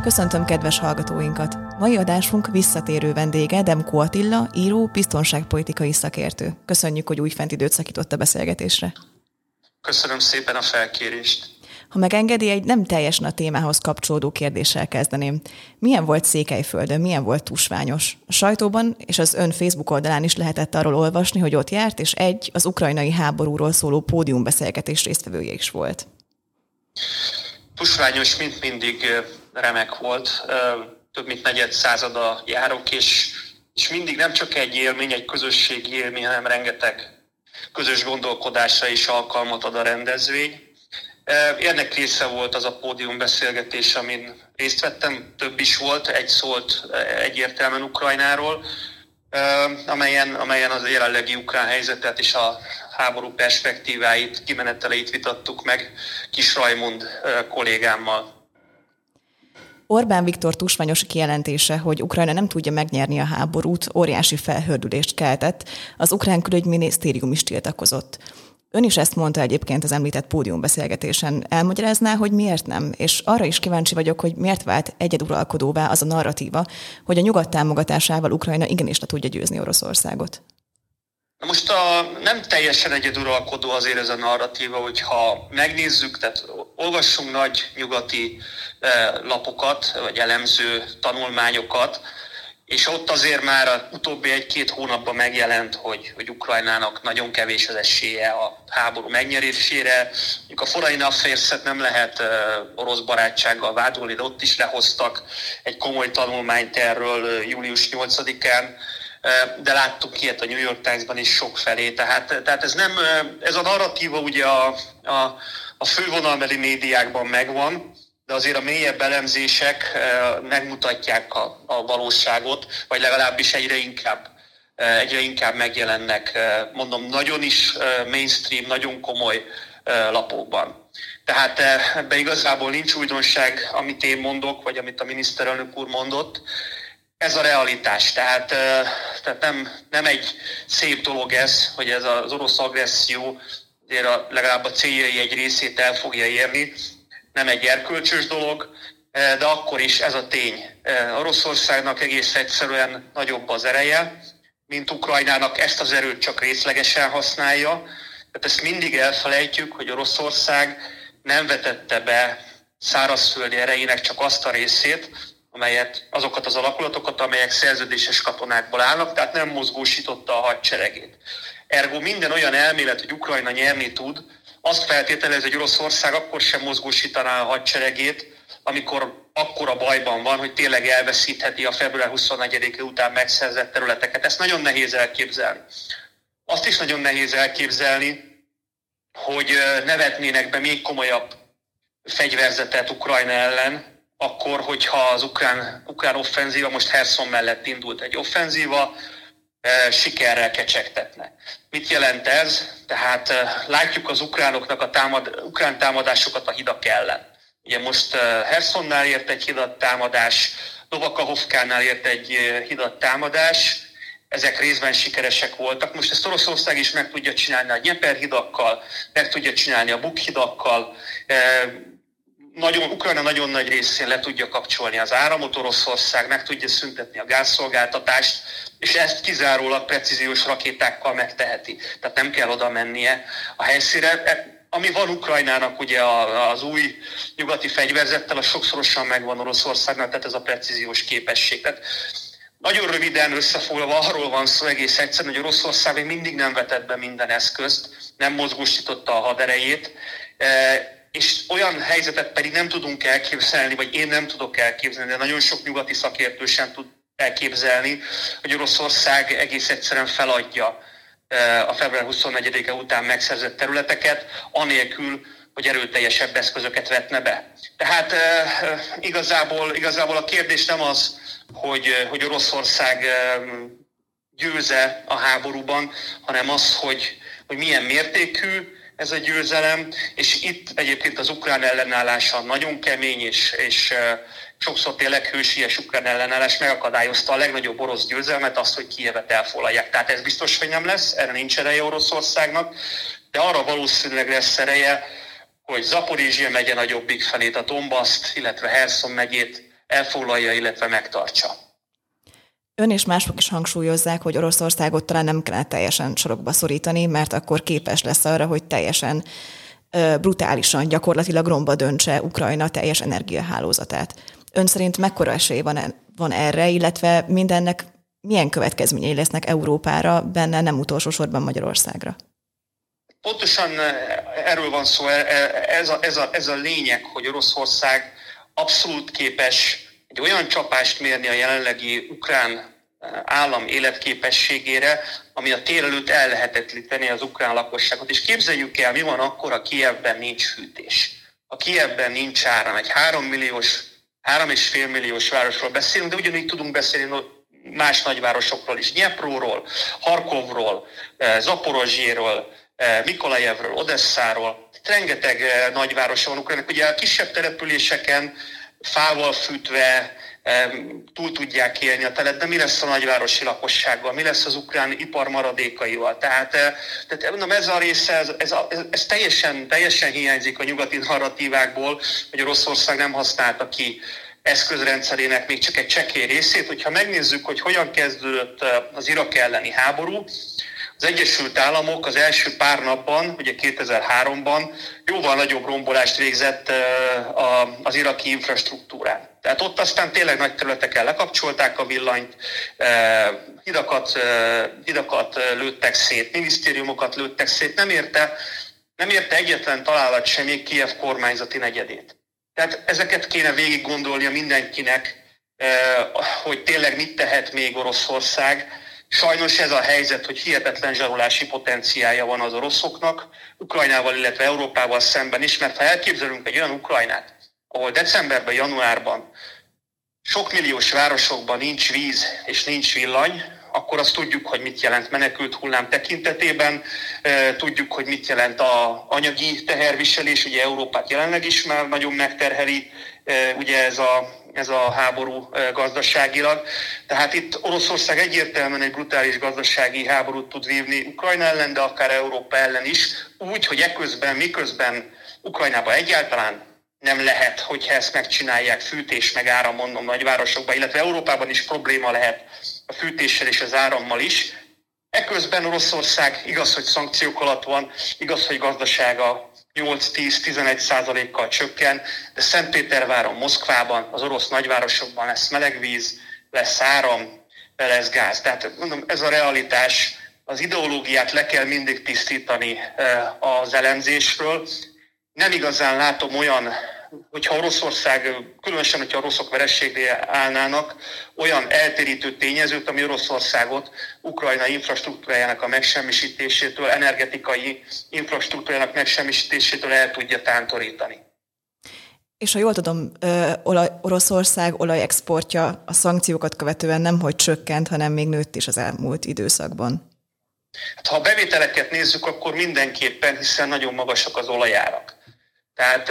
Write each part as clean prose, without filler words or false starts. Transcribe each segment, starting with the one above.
Köszöntöm kedves hallgatóinkat! Mai adásunk visszatérő vendége Demko Attila, író, biztonságpolitikai szakértő. Köszönjük, hogy újfent időt szakított a beszélgetésre. Köszönöm szépen a felkérést. Ha megengedi, egy nem teljesen a témához kapcsolódó kérdéssel kezdeném. Milyen volt Székelyföldön, milyen volt Tusványos? A sajtóban és az ön Facebook oldalán is lehetett arról olvasni, hogy ott járt, és az ukrajnai háborúról szóló pódiumbeszélgetés résztvevője is volt. Tusványos mint mindig remek volt. Több mint negyed százada járok, és mindig nem csak egy élmény, egy közösségi élmény, hanem rengeteg közös gondolkodásra is alkalmat ad a rendezvény. Ennek része volt az a pódiumbeszélgetés, amin részt vettem, több is volt, egy szólt egyértelműen Ukrajnáról, amelyen az jelenlegi ukrán helyzetet és a háború perspektíváit, kimeneteleit vitattuk meg Kis Rajmund kollégámmal. Orbán Viktor tusványosi kijelentése, hogy Ukrajna nem tudja megnyerni a háborút, óriási felhördülést keltett, az ukrán külügyminisztérium is tiltakozott. Ön is ezt mondta egyébként az említett pódiumbeszélgetésen. Elmagyarázná, hogy miért nem? És arra is kíváncsi vagyok, hogy miért vált egyeduralkodóvá az a narratíva, hogy a nyugat támogatásával Ukrajna igenis le tudja győzni Oroszországot. Most nem teljesen egyeduralkodó azért ez a narratíva, hogyha megnézzük, tehát olvassunk nagy nyugati lapokat, vagy elemző tanulmányokat, és ott azért már az utóbbi egy-két hónapban megjelent, hogy Ukrajnának nagyon kevés az esélye a háború megnyerésére. A Foreign Affairs-et nem lehet orosz barátsággal vádolni, de ott is lehoztak egy komoly tanulmányt erről július 8-án, de láttuk ilyet a New York Times-ban is sokfelé. Tehát ez a narratíva ugye a fővonalbeli médiákban megvan, de azért a mélyebb elemzések megmutatják a valóságot, vagy legalábbis egyre inkább megjelennek, mondom, nagyon is mainstream, nagyon komoly lapokban. Tehát ebben igazából nincs újdonság, amit én mondok, vagy amit a miniszterelnök úr mondott. Ez a realitás, tehát nem egy szép dolog ez, hogy ez az orosz agresszió azért legalább a céljai egy részét el fogja érni. Nem egy erkölcsös dolog, de akkor is ez a tény. Oroszországnak egész egyszerűen nagyobb az ereje, mint Ukrajnának, ezt az erőt csak részlegesen használja. Tehát ezt mindig elfelejtjük, hogy Oroszország nem vetette be szárazföldi erejének csak azt a részét, azokat az alakulatokat, amelyek szerződéses katonákból állnak, tehát nem mozgósította a hadseregét. Ergo minden olyan elmélet, hogy Ukrajna nyerni tud, azt feltételez, hogy Oroszország akkor sem mozgósítaná a hadseregét, amikor akkora bajban van, hogy tényleg elveszítheti a február 24-e után megszerzett területeket. Ezt nagyon nehéz elképzelni. Azt is nagyon nehéz elképzelni, hogy ne vetnének be még komolyabb fegyverzetet Ukrajna ellen, akkor, hogyha az ukrán offenzíva, most Herson mellett indult egy offenzíva, sikerrel kecsegtetne. Mit jelent ez? Tehát látjuk az ukránoknak ukrán támadásokat a hidak ellen. Ugye most Hersonnál ért egy hidattámadás, Novakahovkánál ért egy hidattámadás, ezek részben sikeresek voltak. Most ezt Oroszország is meg tudja csinálni a Dnyeper hidakkal, meg tudja csinálni a Buk hidakkal, Ukrajna nagyon nagy részén le tudja kapcsolni az áramot, Oroszország meg tudja szüntetni a gázszolgáltatást, és ezt kizárólag precíziós rakétákkal megteheti. Tehát nem kell oda mennie a helyszínre. Ami van Ukrajnának ugye az új nyugati fegyverzettel, az sokszorosan megvan Oroszországnak, tehát ez a precíziós képesség. Tehát nagyon röviden összefoglalva arról van szó egész egyszerűen, hogy Oroszország még mindig nem vetett be minden eszközt, nem mozgósította a haderejét, és olyan helyzetet pedig nem tudunk elképzelni, vagy én nem tudok elképzelni, de nagyon sok nyugati szakértő sem tud elképzelni, hogy Oroszország egész egyszerűen feladja a február 24-e után megszerzett területeket, anélkül, hogy erőteljesebb eszközöket vetne be. Tehát igazából a kérdés nem az, hogy Oroszország győze a háborúban, hanem az, hogy milyen mértékű ez a győzelem, és itt egyébként az ukrán ellenállása nagyon kemény, és sokszor tényleg hősies ukrán ellenállás megakadályozta a legnagyobb orosz győzelmet, azt, hogy Kijevet elfoglalják. Tehát ez biztos, hogy nem lesz, erre nincs ereje Oroszországnak, de arra valószínűleg lesz ereje, hogy Zaporizsja megye nagyobbik felét, a Donbaszt, illetve Herson megyét elfoglalja, illetve megtartsa. Ön és mások is hangsúlyozzák, hogy Oroszországot talán nem kellene teljesen sorokba szorítani, mert akkor képes lesz arra, hogy teljesen brutálisan, gyakorlatilag romba döntse Ukrajna teljes energiahálózatát. Ön szerint mekkora esély van erre, illetve mindennek milyen következményei lesznek Európára, benne nem utolsó sorban Magyarországra? Pontosan erről van szó, ez a lényeg, hogy Oroszország abszolút képes egy olyan csapást mérni a jelenlegi ukrán állam életképességére, ami a tér előtt ellehetetlíteni az ukrán lakosságot. És képzeljük el, mi van akkor, ha Kijevben nincs fűtés. Ha Kijevben nincs áram, egy 3,5 milliós városról beszélünk, de ugyanígy tudunk beszélni más nagyvárosokról is. Dnyepróról, Harkovról, Zaporozsjéről, Mikolajevről, Odesszáról. Rengeteg nagyvárosa van Ukrajnának. Ugye a kisebb településeken fával fűtve túl tudják élni a telet, de mi lesz a nagyvárosi lakossággal, mi lesz az ukrán ipar maradékaival. Tehát mondom, ez a része, ez teljesen hiányzik a nyugati narratívákból, hogy Oroszország nem használta ki eszközrendszerének még csak egy csekély részét. Hogyha megnézzük, hogy hogyan kezdődött az Irak elleni háború, az Egyesült Államok az első pár napban, ugye 2003-ban jóval nagyobb rombolást végzett az iraki infrastruktúrán. Tehát ott aztán tényleg nagy területeken lekapcsolták a villanyt, hidakat lőttek szét, minisztériumokat lőttek szét, nem érte egyetlen találat sem még Kijev kormányzati negyedét. Tehát ezeket kéne végig gondolnia mindenkinek, hogy tényleg mit tehet még Oroszország. Sajnos ez a helyzet, hogy hihetetlen zsarolási potenciálja van az oroszoknak, Ukrajnával, illetve Európával szemben is, mert ha elképzelünk egy olyan Ukrajnát, ahol decemberben, januárban sok milliós városokban nincs víz és nincs villany, akkor azt tudjuk, hogy mit jelent menekült hullám tekintetében, tudjuk, hogy mit jelent az anyagi teherviselés, ugye Európát jelenleg is már nagyon megterheli ugye ez a háború gazdaságilag. Tehát itt Oroszország egyértelműen egy brutális gazdasági háborút tud vívni Ukrajna ellen, de akár Európa ellen is, úgy, hogy miközben Ukrajnában egyáltalán nem lehet, hogyha ezt megcsinálják, fűtés meg áram, mondom, nagyvárosokban, illetve Európában is probléma lehet a fűtéssel és az árammal is. Eközben Oroszország igaz, hogy szankciók alatt van, igaz, hogy gazdasága 8-10-11%-kal csökken, de Szentpéterváron, Moszkvában, az orosz nagyvárosokban lesz melegvíz, lesz áram, lesz gáz. Tehát mondom, ez a realitás, az ideológiát le kell mindig tisztítani az elemzésről. Nem igazán látom olyan, hogyha Oroszország, különösen, hogyha oroszok vereségre állnának, olyan eltérítő tényezőt, ami Oroszországot Ukrajna infrastruktúrájának a megsemmisítésétől, energetikai infrastruktúrájának megsemmisítésétől el tudja tántorítani. És ha jól tudom, Oroszország olajexportja a szankciókat követően nemhogy csökkent, hanem még nőtt is az elmúlt időszakban. Hát, ha a bevételeket nézzük, akkor mindenképpen, hiszen nagyon magasak az olajárak. Tehát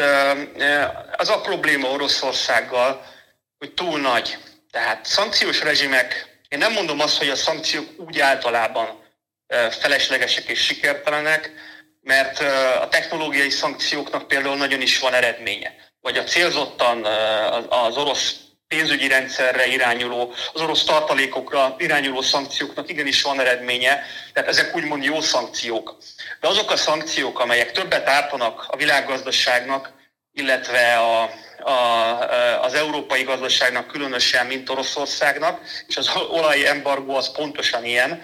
az a probléma Oroszországgal, hogy túl nagy. Tehát szankciós rezsimek, én nem mondom azt, hogy a szankciók úgy általában feleslegesek és sikertelenek, mert a technológiai szankcióknak például nagyon is van eredménye. Vagy a célzottan az orosz pénzügyi rendszerre irányuló, az orosz tartalékokra irányuló szankcióknak igenis van eredménye, tehát ezek úgymond jó szankciók. De azok a szankciók, amelyek többet ártanak a világgazdaságnak, illetve az európai gazdaságnak különösen, mint Oroszországnak, és az olajembargó az pontosan ilyen,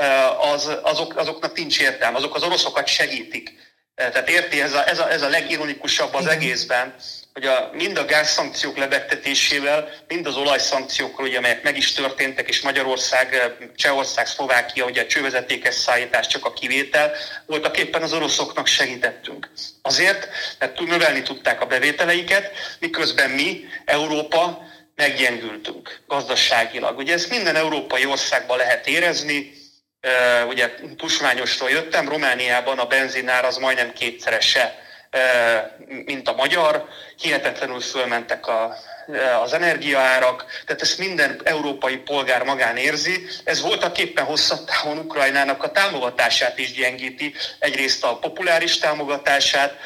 azoknak nincs értelme, azok az oroszokat segítik. Tehát érti, ez a legironikusabb az egészben, hogy mind a gázszankciók lebegtetésével, mind az olajszankciókkal, ugye, amelyek meg is történtek, és Magyarország, Csehország, Szlovákia, ugye a csővezetékes szállítás csak a kivétel, voltak éppen az oroszoknak segítettünk. Azért, mert növelni tudták a bevételeiket, miközben mi, Európa, meggyengültünk gazdaságilag. Ugye ezt minden európai országban lehet érezni, ugye tusványosról jöttem, Romániában a benzinár az majdnem kétszerese, mint a magyar, hihetetlenül fölmentek az energiaárak, tehát ezt minden európai polgár magán érzi. Ez voltaképpen hosszabb távon Ukrajnának a támogatását is gyengíti, egyrészt a populáris támogatását,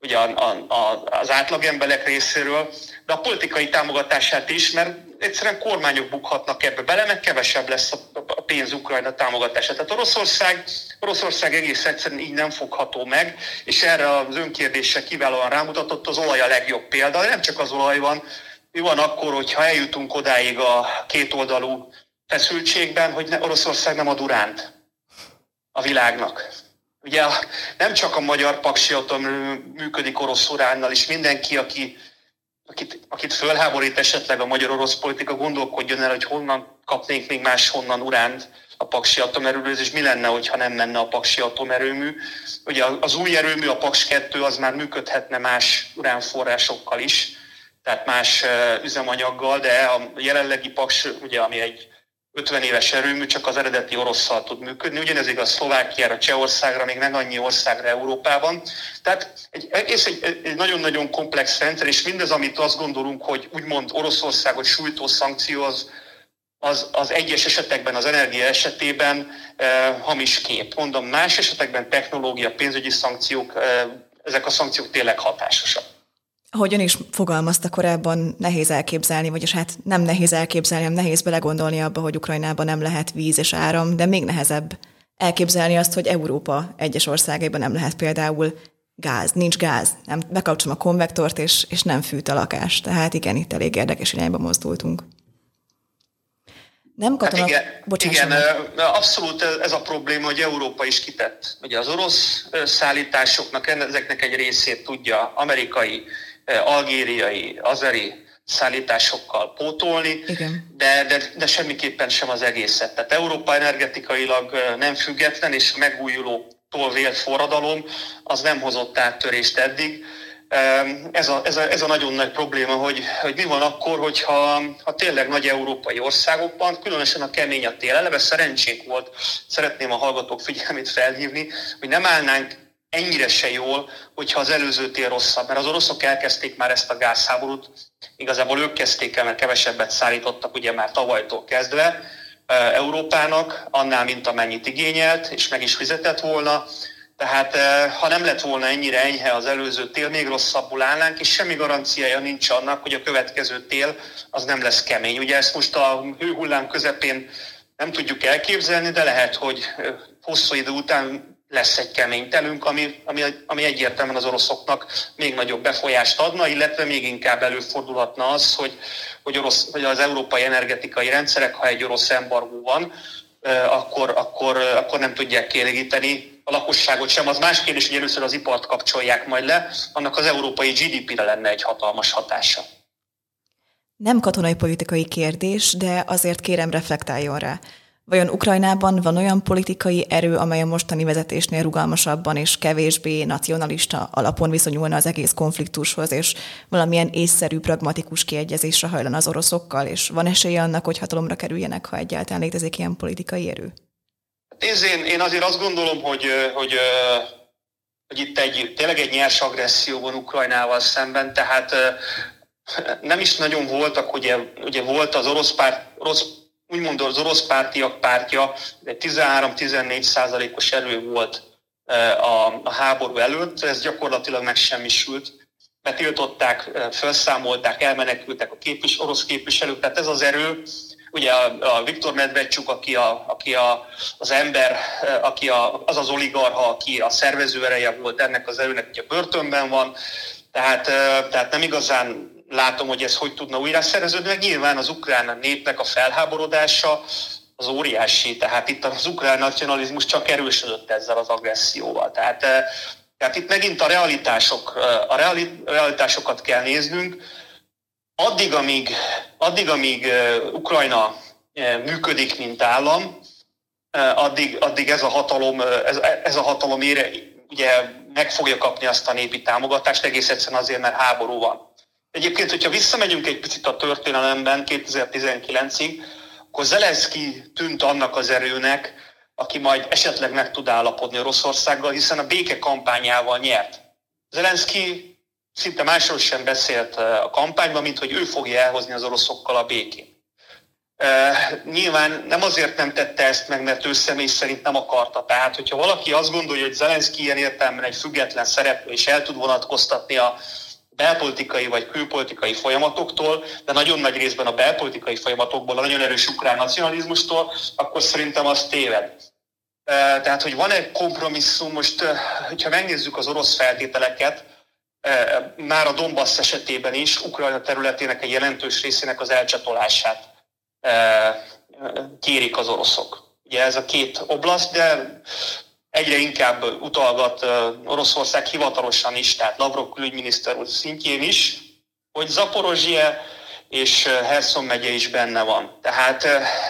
ugye az átlagemberek részéről, de a politikai támogatását is, mert egyszerűen kormányok bukhatnak ebbe bele, meg kevesebb lesz a pénz Ukrajna támogatása. Tehát Oroszország egész egyszerűen így nem fogható meg, és erre az önkérdése kiválóan rámutatott, az olaj a legjobb példa, de nem csak az olaj van, mi van akkor, hogyha eljutunk odáig a kétoldalú feszültségben, hogy Oroszország nem ad uránt a világnak. Ugye nem csak a magyar paksi atomerőmű működik orosz uránnal, és mindenki, akit fölháborít esetleg a magyar-orosz politika, gondolkodjon el, hogy honnan kapnénk még máshonnan uránt a paksi atomerőműhöz, és mi lenne, hogyha nem menne a paksi atomerőmű. Ugye az új erőmű, a Paks 2, az már működhetne más uránforrásokkal is, tehát más üzemanyaggal, de a jelenlegi Paks, ugye, ami egy 50 éves erőmű, csak az eredeti orosszal tud működni. Ugyanez igaz Szlovákiára, Csehországra, még meg annyi országra Európában. Tehát egy nagyon-nagyon komplex rendszer, és mindez, amit azt gondolunk, hogy úgymond Oroszországot sújtó szankció, az egyes esetekben, az energia esetében hamis kép. Mondom, más esetekben technológia, pénzügyi szankciók, ezek a szankciók tényleg hatásosak. Ahogyan is fogalmazta korábban, nehéz elképzelni, vagyis hát nem nehéz elképzelni, hanem nehéz belegondolni abba, hogy Ukrajnában nem lehet víz és áram, de még nehezebb elképzelni azt, hogy Európa egyes országaiban nem lehet például gáz, nincs gáz, nem bekapcsolom a konvektort, és nem fűt a lakás. Tehát igen, itt elég érdekes irányba mozdultunk. Nem katona... Igen, abszolút ez a probléma, hogy Európa is kitett. Ugye az orosz szállításoknak, ezeknek egy részét tudja amerikai, algériai, azeri szállításokkal pótolni, de semmiképpen sem az egészet. Tehát Európa energetikailag nem független, és megújulótól vélt forradalom az nem hozott áttörést eddig. Ez a nagyon nagy probléma, hogy mi van akkor, hogyha tényleg nagy európai országokban, különösen a kemény a tél, eleve szerencsénk volt, szeretném a hallgatók figyelmét felhívni, hogy nem állnánk ennyire se jól, hogyha az előző tél rosszabb. Mert az oroszok elkezdték már ezt a gázháborút, igazából ők kezdték el, mert kevesebbet szállítottak ugye már tavalytól kezdve Európának, annál, mint amennyit igényelt, és meg is fizetett volna. Tehát ha nem lett volna ennyire enyhe az előző tél, még rosszabbul állnánk, és semmi garanciája nincs annak, hogy a következő tél az nem lesz kemény. Ugye ezt most a hőhullám közepén nem tudjuk elképzelni, de lehet, hogy hosszú idő után lesz egy kemény telünk, ami egyértelműen az oroszoknak még nagyobb befolyást adna, illetve még inkább előfordulhatna az, hogy az európai energetikai rendszerek, ha egy orosz embargó van, akkor nem tudják kielégíteni a lakosságot sem. Az más kérdés, hogy először az ipart kapcsolják majd le, annak az európai GDP-re lenne egy hatalmas hatása. Nem katonai politikai kérdés, de azért kérem, reflektáljon rá. Vajon Ukrajnában van olyan politikai erő, amely a mostani vezetésnél rugalmasabban és kevésbé nacionalista alapon viszonyulna az egész konfliktushoz, és valamilyen észszerű, pragmatikus kiegyezésre hajlan az oroszokkal, és van esélye annak, hogy hatalomra kerüljenek, ha egyáltalán létezik ilyen politikai erő? Én azért azt gondolom, hogy itt tényleg egy nyers agresszió van Ukrajnával szemben, tehát nem is nagyon voltak, ugye volt az úgymond az orosz pártiak pártja, de 13-14% erő volt a háború előtt, ez gyakorlatilag megsemmisült. Betiltották, felszámolták, elmenekültek a orosz képviselők, tehát ez az erő, ugye a Viktor Medvedcsuk, aki az ember, az az oligarha, aki a szervező ereje volt ennek az erőnek, ugye börtönben van, tehát nem igazán látom, hogy ez hogy tudna újra szerveződni, meg nyilván az ukrán népnek a felháborodása az óriási, tehát itt az ukrán nacionalizmus csak erősödött ezzel az agresszióval. Tehát itt megint a realitásokat kell néznünk. Addig, amíg Ukrajna működik, mint állam, addig ez a hatalom ugye meg fogja kapni azt a népi támogatást, egész egyszerűen azért, mert háború van. Egyébként, hogyha visszamegyünk egy picit a történelemben 2019-ig, akkor Zelenszky tűnt annak az erőnek, aki majd esetleg meg tud állapodni Oroszországgal, hiszen a béke kampányával nyert. Zelenszky szinte másról sem beszélt a kampányban, mint hogy ő fogja elhozni az oroszokkal a békét. Nyilván nem azért nem tette ezt meg, mert ő személy szerint nem akarta. Tehát, hogyha valaki azt gondolja, hogy Zelenszky ilyen értelemben egy független szereplő, és el tud vonatkoztatni a belpolitikai vagy külpolitikai folyamatoktól, de nagyon nagy részben a belpolitikai folyamatokból, a nagyon erős ukrán nacionalizmustól, akkor szerintem az téved. Tehát, hogy van-e kompromisszum, most, hogyha megnézzük az orosz feltételeket, már a Donbass esetében is Ukrajna területének egy jelentős részének az elcsatolását kérik az oroszok. Ugye ez a két oblast, de egyre inkább utalgat Oroszország hivatalosan is, tehát Lavrov külügyminiszter úr szintjén is, hogy Zaporozhye és Herszon megye is benne van. Tehát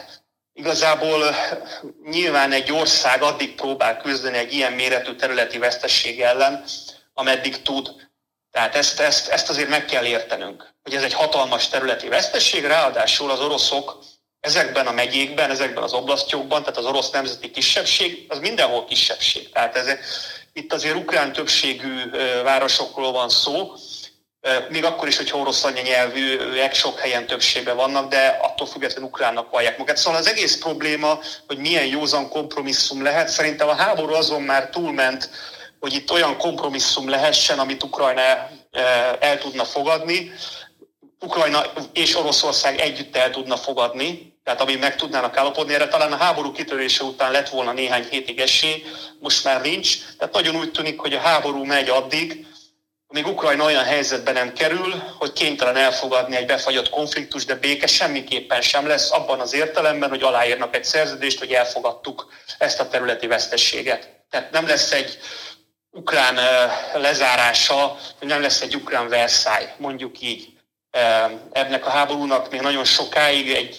igazából nyilván egy ország addig próbál küzdeni egy ilyen méretű területi vesztesség ellen, ameddig tud. Tehát ezt azért meg kell értenünk, hogy ez egy hatalmas területi vesztesség, ráadásul az oroszok ezekben a megyékben, ezekben az oblasztjokban, tehát az orosz nemzeti kisebbség, az mindenhol kisebbség. Tehát itt azért ukrán többségű városokról van szó, még akkor is, hogyha orosz anyanyelvűek sok helyen többségben vannak, de attól függetlenül ukránnak vallják magát. Szóval az egész probléma, hogy milyen józan kompromisszum lehet, szerintem a háború azon már túlment, hogy itt olyan kompromisszum lehessen, amit Ukrajna el tudna fogadni, Ukrajna és Oroszország együtt el tudna fogadni, tehát ami meg tudnának állapodni, erre talán a háború kitörése után lett volna néhány hétig esély, most már nincs. Tehát nagyon úgy tűnik, hogy a háború megy addig, amíg Ukrajna olyan helyzetben nem kerül, hogy kénytelen elfogadni egy befagyott konfliktus, de béke semmiképpen sem lesz abban az értelemben, hogy aláírnak egy szerződést, hogy elfogadtuk ezt a területi vesztességet. Tehát nem lesz egy ukrán lezárása, nem lesz egy ukrán Versailles, mondjuk így. Ennek a háborúnak még nagyon sokáig,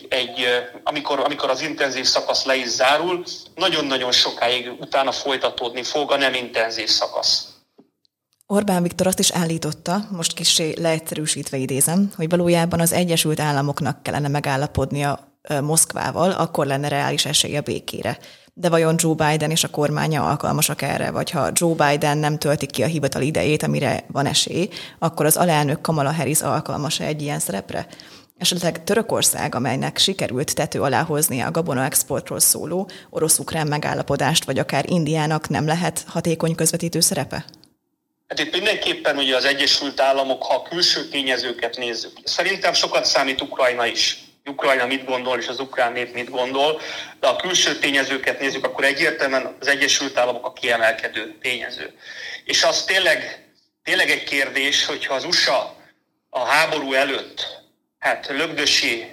amikor az intenzív szakasz le is zárul, nagyon-nagyon sokáig utána folytatódni fog a nem intenzív szakasz. Orbán Viktor azt is állította, most kissé leegyszerűsítve idézem, hogy valójában az Egyesült Államoknak kellene megállapodnia Moszkvával, akkor lenne reális esélye békére. De vajon Joe Biden és a kormánya alkalmasak erre, vagy ha Joe Biden nem tölti ki a hivatali idejét, amire van esély, akkor az alelnök Kamala Harris alkalmas-e egy ilyen szerepre? Esetleg Törökország, amelynek sikerült tető alá hozni a gabonaexportról szóló orosz-ukrán megállapodást, vagy akár Indiának nem lehet hatékony közvetítő szerepe? Hát itt mindenképpen ugye az Egyesült Államok, ha a külső tényezőket nézzük, szerintem sokat számít Ukrajna is. Ukrajna mit gondol, és az ukrán nép mit gondol, de a külső tényezőket nézzük, akkor egyértelműen az Egyesült Államok a kiemelkedő tényező. És az tényleg egy kérdés, hogyha az USA a háború előtt lögdösi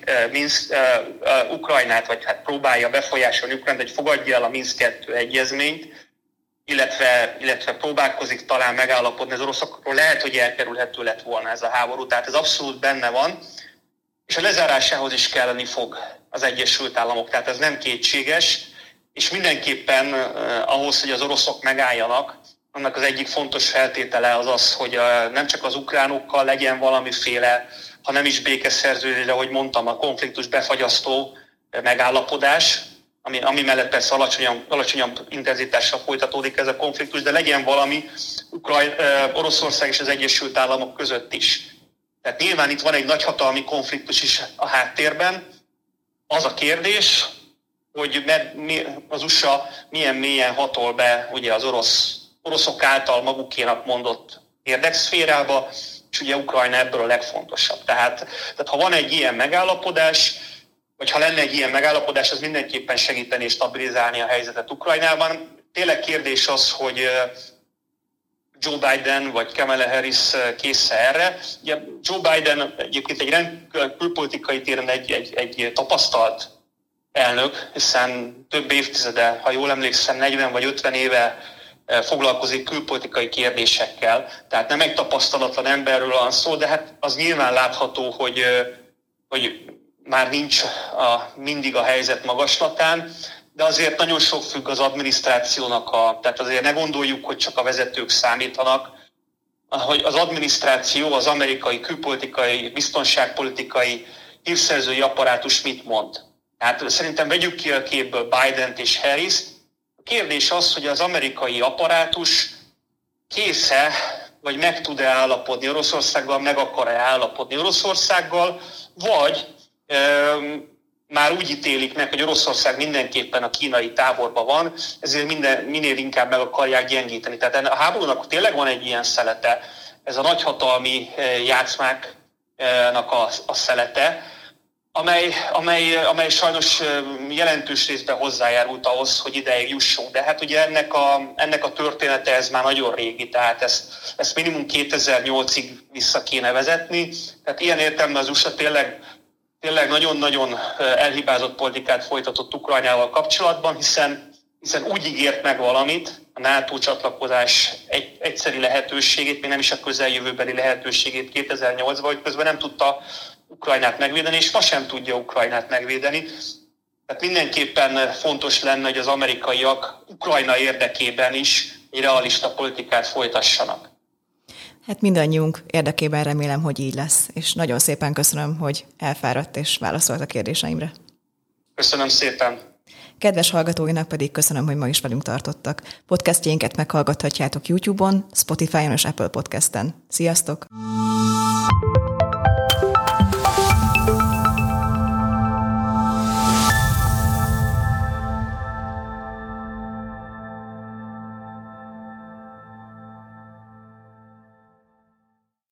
Ukrajnát, vagy próbálja befolyásolni Ukrajnát, hogy fogadja el a Minszk 2 egyezményt, illetve próbálkozik talán megállapodni az oroszokról, lehet, hogy elkerülhető lett volna ez a háború. Tehát ez abszolút benne van, és a lezárásához is kelleni fog az Egyesült Államok. Tehát ez nem kétséges, és mindenképpen ahhoz, hogy az oroszok megálljanak, annak az egyik fontos feltétele az az, hogy nem csak az ukránokkal legyen valamiféle, ha nem is békeszerződés, de ahogy mondtam, a konfliktus befagyasztó megállapodás, ami mellett persze alacsonyabb intenzitással folytatódik ez a konfliktus, de legyen valami Oroszország és az Egyesült Államok között is. Tehát nyilván itt van egy nagyhatalmi konfliktus is a háttérben. Az a kérdés, hogy az USA milyen mélyen hatol be ugye az oroszok által magukénak mondott érdekszférába, és ugye Ukrajna ebből a legfontosabb. Tehát ha van egy ilyen megállapodás, vagy ha lenne egy ilyen megállapodás, az mindenképpen segíteni és stabilizálni a helyzetet Ukrajnában. Tényleg kérdés az, hogy Joe Biden vagy Kamala Harris kész erre. Ugye Joe Biden egyébként egy külpolitikai téren egy tapasztalt elnök, hiszen több évtizede, ha jól emlékszem, 40 vagy 50 éve foglalkozik külpolitikai kérdésekkel. Tehát nem egy tapasztalatlan emberről van szó, de hát az nyilván látható, hogy már nincs mindig a helyzet magaslatán, de azért nagyon sok függ az adminisztrációnak, tehát azért ne gondoljuk, hogy csak a vezetők számítanak, hogy az adminisztráció, az amerikai külpolitikai, biztonságpolitikai hírszerzői apparátus mit mond. Tehát szerintem vegyük ki a képből Bident és Harris. A kérdés az, hogy az amerikai apparátus kész-e, vagy meg tud-e állapodni Oroszországgal, meg akar-e állapodni Oroszországgal, vagy már úgy ítélik meg, hogy Oroszország mindenképpen a kínai táborban van, ezért minél inkább meg akarják gyengíteni. Tehát a háborúnak tényleg van egy ilyen szelete, ez a nagyhatalmi játszmáknak a szelete, amely sajnos jelentős részben hozzájárult ahhoz, hogy ideig jussunk. De hát ugye ennek a története ez már nagyon régi, tehát ezt minimum 2008-ig vissza kéne vezetni. Tehát ilyen értelemben az USA tényleg nagyon-nagyon elhibázott politikát folytatott Ukrajnával kapcsolatban, hiszen úgy ígért meg valamit, a NATO csatlakozás egyszeri lehetőségét, még nem is a közeljövőbeli lehetőségét 2008-ban, hogy közben nem tudta Ukrajnát megvédeni, és ma sem tudja Ukrajnát megvédeni. Tehát mindenképpen fontos lenne, hogy az amerikaiak Ukrajna érdekében is egy realista politikát folytassanak. Hát mindannyiunk érdekében remélem, hogy így lesz, és nagyon szépen köszönöm, hogy elfáradt és válaszolt a kérdéseimre. Köszönöm szépen. Kedves hallgatóinak pedig köszönöm, hogy ma is velünk tartottak. Podcastjénket meghallgathatjátok YouTube-on, Spotify-on és Apple Podcast-en. Sziasztok!